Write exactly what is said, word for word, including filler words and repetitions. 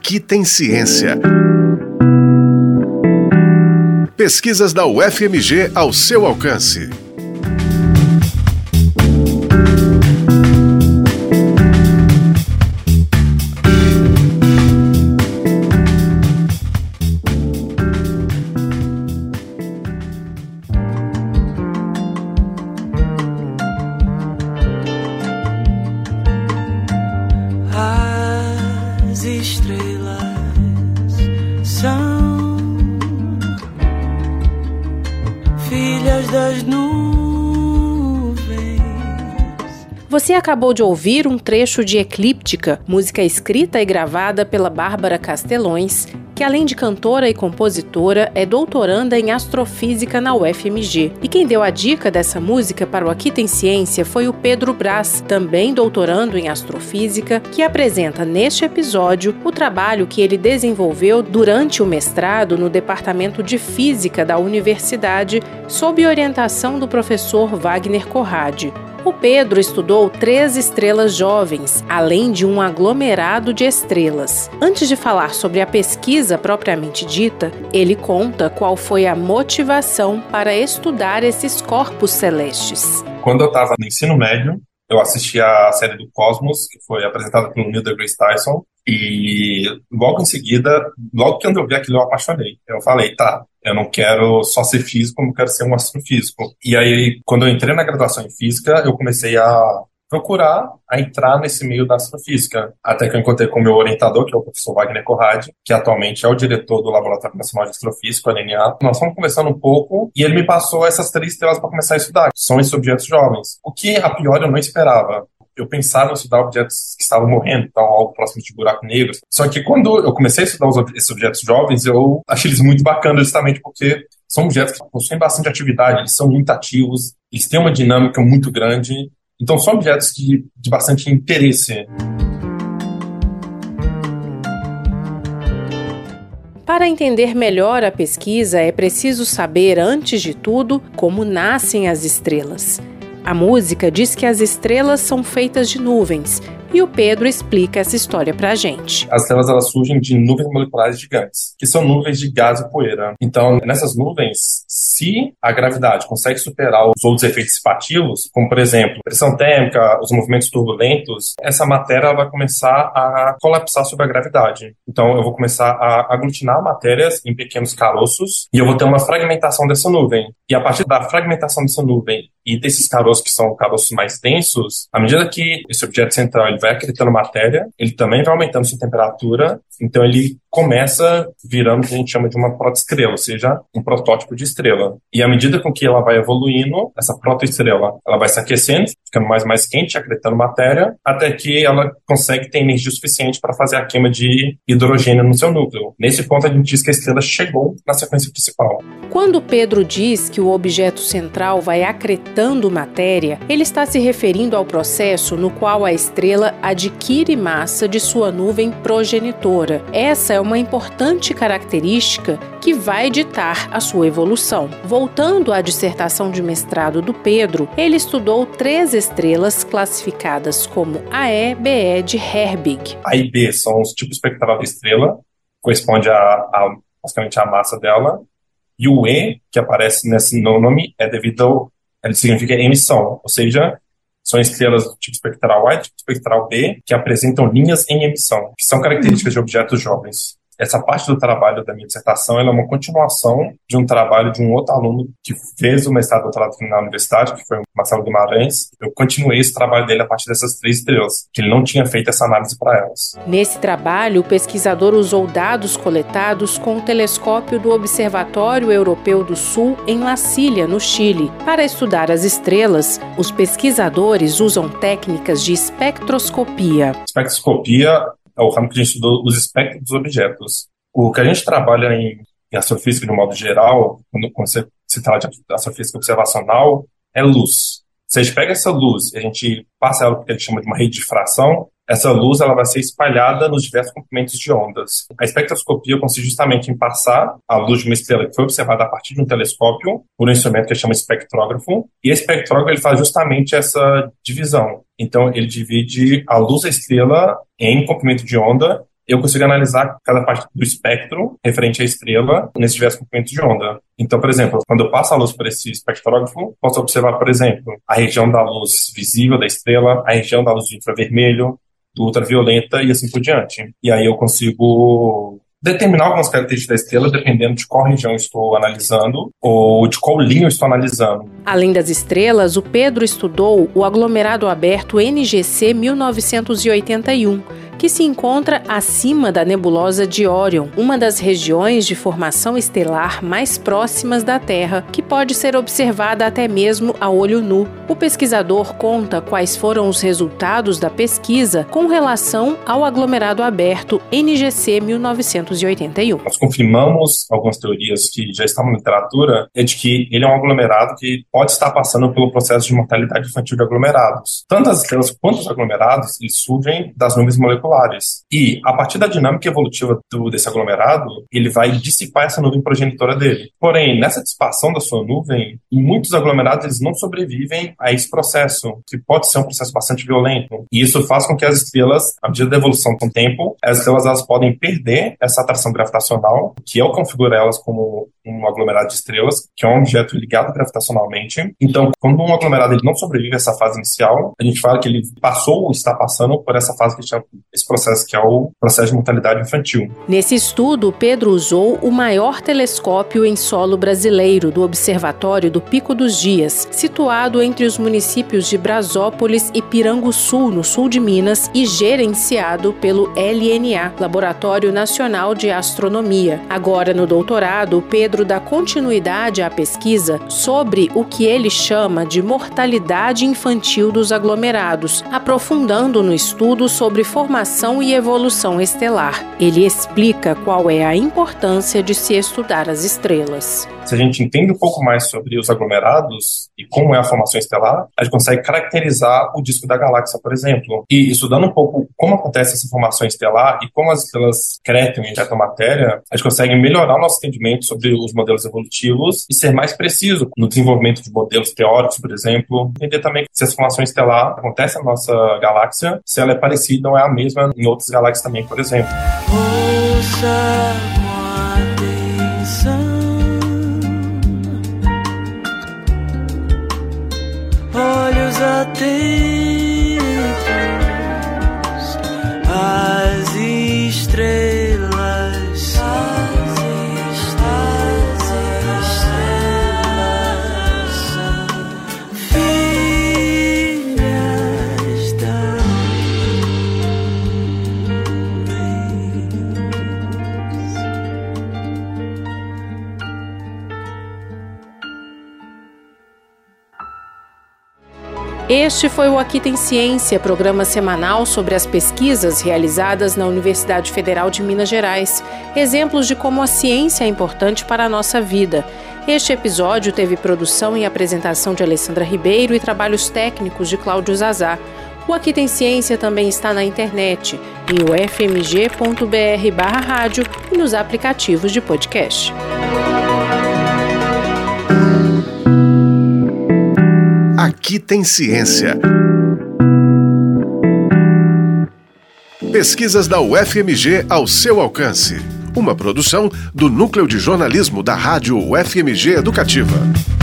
Aqui tem ciência. Pesquisas da U F M G ao seu alcance. As estrelas são filhas das nuvens. Você acabou de ouvir um trecho de Eclíptica, música escrita e gravada pela Bárbara Castelões, que além de cantora e compositora, é doutoranda em astrofísica na U F M G. E quem deu a dica dessa música para o Aqui Tem Ciência foi o Pedro Brás, também doutorando em astrofísica, que apresenta neste episódio o trabalho que ele desenvolveu durante o mestrado no Departamento de Física da Universidade, sob orientação do professor Wagner Corradi. O Pedro estudou três estrelas jovens, além de um aglomerado de estrelas. Antes de falar sobre a pesquisa propriamente dita, ele conta qual foi a motivação para estudar esses corpos celestes. Quando eu estava no ensino médio, eu assisti a série do Cosmos, que foi apresentada pelo Neil deGrasse Tyson, e logo em seguida, logo que eu vi aquilo, eu apaixonei. Eu falei, tá, eu não quero só ser físico, como eu quero ser um astrofísico. E aí, quando eu entrei na graduação em física, eu comecei a procurar a entrar nesse meio da astrofísica. Até que eu encontrei com o meu orientador, que é o professor Wagner Corradi, que atualmente é o diretor do Laboratório Nacional de Astrofísica, o L N A. Nós fomos conversando um pouco e ele me passou essas três estrelas para começar a estudar, que são esses objetos jovens. O que, a priori, eu não esperava. Eu pensava em estudar objetos que estavam morrendo, então algo próximo de buracos negros. Só que quando eu comecei a estudar os, esses objetos jovens, eu achei eles muito bacanas, justamente porque são objetos que possuem bastante atividade, eles são muito ativos, eles têm uma dinâmica muito grande. Então são objetos de, de bastante interesse. Para entender melhor a pesquisa, é preciso saber, antes de tudo, como nascem as estrelas. A música diz que as estrelas são feitas de nuvens, e o Pedro explica essa história pra gente. As estrelas, elas surgem de nuvens moleculares gigantes, que são nuvens de gás e poeira. Então, nessas nuvens, se a gravidade consegue superar os outros efeitos dissipativos, como, por exemplo, pressão térmica, os movimentos turbulentos, essa matéria vai começar a colapsar sob a gravidade. Então, eu vou começar a aglutinar matérias em pequenos caroços e eu vou ter uma fragmentação dessa nuvem. E a partir da fragmentação dessa nuvem e desses caroços, que são caroços mais densos, à medida que esse objeto central ele vai acretando matéria, ele também vai aumentando sua temperatura, então ele começa virando o que a gente chama de uma protoestrela, ou seja, um protótipo de estrela. E à medida com que ela vai evoluindo, essa protoestrela, ela vai se aquecendo, ficando mais mais quente, acretando matéria, até que ela consegue ter energia suficiente para fazer a queima de hidrogênio no seu núcleo. Nesse ponto, a gente diz que a estrela chegou na sequência principal. Quando Pedro diz que o objeto central vai acretando matéria, ele está se referindo ao processo no qual a estrela adquire massa de sua nuvem progenitora. Essa é uma importante característica que vai ditar a sua evolução. Voltando à dissertação de mestrado do Pedro, ele estudou três estrelas classificadas como A E, B E de Herbig. A e B são os tipos espectral da estrela, corresponde a, a basicamente a massa dela, e o E, que aparece nesse nome, é devido ao, ele significa emissão, ou seja, são estrelas do tipo espectral A e do tipo espectral B que apresentam linhas em emissão, que são características de objetos jovens. Essa parte do trabalho da minha dissertação ela é uma continuação de um trabalho de um outro aluno que fez o mestrado e doutorado na universidade, que foi o Marcelo Guimarães. Eu continuei esse trabalho dele a partir dessas três estrelas, que ele não tinha feito essa análise para elas. Nesse trabalho, o pesquisador usou dados coletados com o telescópio do Observatório Europeu do Sul em La Silla, no Chile. Para estudar as estrelas, os pesquisadores usam técnicas de espectroscopia. Espectroscopia é o ramo que a gente estudou os espectros dos objetos. O que a gente trabalha em, em astrofísica, de um modo geral, quando, quando você se trata de astrofísica observacional, é luz. Se a gente pega essa luz e a gente passa ela porque a gente chama de uma rede de difração, essa luz ela vai ser espalhada nos diversos comprimentos de ondas. A espectroscopia consiste justamente em passar a luz de uma estrela que foi observada a partir de um telescópio por um instrumento que chama espectrógrafo, e esse espectrógrafo ele faz justamente essa divisão. Então ele divide a luz da estrela em comprimento de onda eu consigo analisar cada parte do espectro referente à estrela nesses diversos comprimentos de onda. Então, por exemplo, quando eu passo a luz por esse espectrógrafo, posso observar, por exemplo, a região da luz visível da estrela, a região da luz do infravermelho, do ultravioleta e assim por diante. E aí eu consigo determinar algumas características da estrela dependendo de qual região estou analisando ou de qual linha eu estou analisando. Além das estrelas, o Pedro estudou o aglomerado aberto N G C mil novecentos e oitenta e um, que se encontra acima da nebulosa de Órion, uma das regiões de formação estelar mais próximas da Terra, que pode ser observada até mesmo a olho nu. O pesquisador conta quais foram os resultados da pesquisa com relação ao aglomerado aberto N G C mil novecentos e oitenta e um. Nós confirmamos algumas teorias que já estavam na literatura, é de que ele é um aglomerado que pode estar passando pelo processo de mortalidade infantil de aglomerados. Tanto as estrelas quanto os aglomerados, eles surgem das nuvens moleculares. E, a partir da dinâmica evolutiva do, desse aglomerado, ele vai dissipar essa nuvem progenitora dele. Porém, nessa dissipação da sua nuvem, muitos aglomerados eles não sobrevivem a esse processo, que pode ser um processo bastante violento. E isso faz com que as estrelas, à medida da evolução com o tempo, as estrelas elas podem perder essa atração gravitacional, que é o que configura elas como um aglomerado de estrelas, que é um objeto ligado gravitacionalmente. Então, quando um aglomerado ele não sobrevive a essa fase inicial, a gente fala que ele passou ou está passando por essa fase que chama esse processo que é o processo de mortalidade infantil. Nesse estudo, Pedro usou o maior telescópio em solo brasileiro do Observatório do Pico dos Dias, situado entre os municípios de Brasópolis e Piranguçu, no sul de Minas, e gerenciado pelo L N A, Laboratório Nacional de Astronomia. Agora, no doutorado, Pedro dá continuidade à pesquisa sobre o que ele chama de mortalidade infantil dos aglomerados, aprofundando no estudo sobre formação e evolução estelar. Ele explica qual é a importância de se estudar as estrelas. Se a gente entende um pouco mais sobre os aglomerados e como é a formação estelar, a gente consegue caracterizar o disco da galáxia, por exemplo. E estudando um pouco como acontece essa formação estelar e como as estrelas cretam e injetam matéria, a gente consegue melhorar o nosso entendimento sobre os modelos evolutivos e ser mais preciso no desenvolvimento de modelos teóricos, por exemplo. Entender também se essa formação estelar acontece na nossa galáxia, se ela é parecida ou é a mesma em outras galáxias também, por exemplo. Ouça com atenção, olhos atentos às estrelas, as estrelas, filhas da Este foi o Aqui Tem Ciência, programa semanal sobre as pesquisas realizadas na Universidade Federal de Minas Gerais, exemplos de como a ciência é importante para a nossa vida. Este episódio teve produção e apresentação de Alessandra Ribeiro e trabalhos técnicos de Cláudio Zazá. O Aqui Tem Ciência também está na internet, em u f m g ponto b r barra rádio e nos aplicativos de podcast. Aqui Tem Ciência. Pesquisas da U F M G ao seu alcance. Uma produção do Núcleo de Jornalismo da Rádio U F M G Educativa.